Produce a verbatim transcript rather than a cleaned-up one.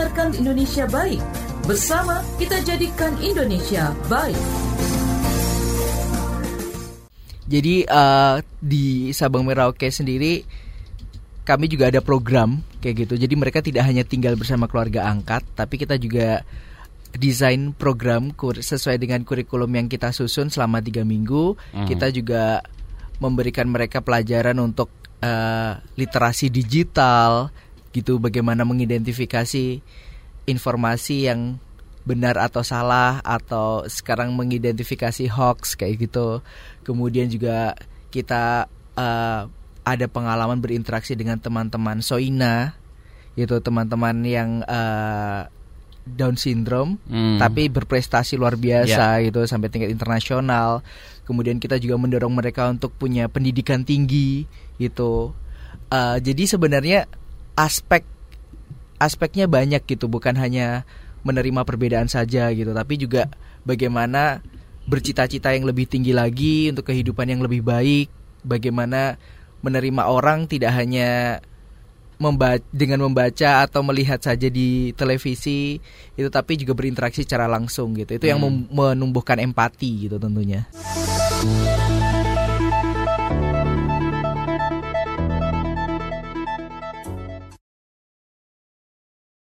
mendengarkan Indonesia Baik. Bersama kita jadikan Indonesia baik. Jadi uh, di Sabang Merauke sendiri kami juga ada program kayak gitu. Jadi mereka tidak hanya tinggal bersama keluarga angkat, tapi kita juga desain program kur- sesuai dengan kurikulum yang kita susun selama tiga minggu. Mm. Kita juga memberikan mereka pelajaran untuk uh, literasi digital gitu, bagaimana mengidentifikasi informasi yang benar atau salah, atau sekarang mengidentifikasi hoax kayak gitu. Kemudian juga kita uh, ada pengalaman berinteraksi dengan teman-teman Soina, gitu, teman-teman yang uh, Down syndrome, hmm. tapi berprestasi luar biasa, yeah. gitu, sampai tingkat internasional. Kemudian kita juga mendorong mereka untuk punya pendidikan tinggi, gitu. Uh, jadi sebenarnya aspek aspeknya banyak gitu, bukan hanya menerima perbedaan saja gitu, tapi juga bagaimana bercita-cita yang lebih tinggi lagi untuk kehidupan yang lebih baik, bagaimana menerima orang tidak hanya Membaca, dengan membaca atau melihat saja di televisi itu, tapi juga berinteraksi secara langsung gitu. Itu hmm. yang mem- menumbuhkan empati gitu tentunya.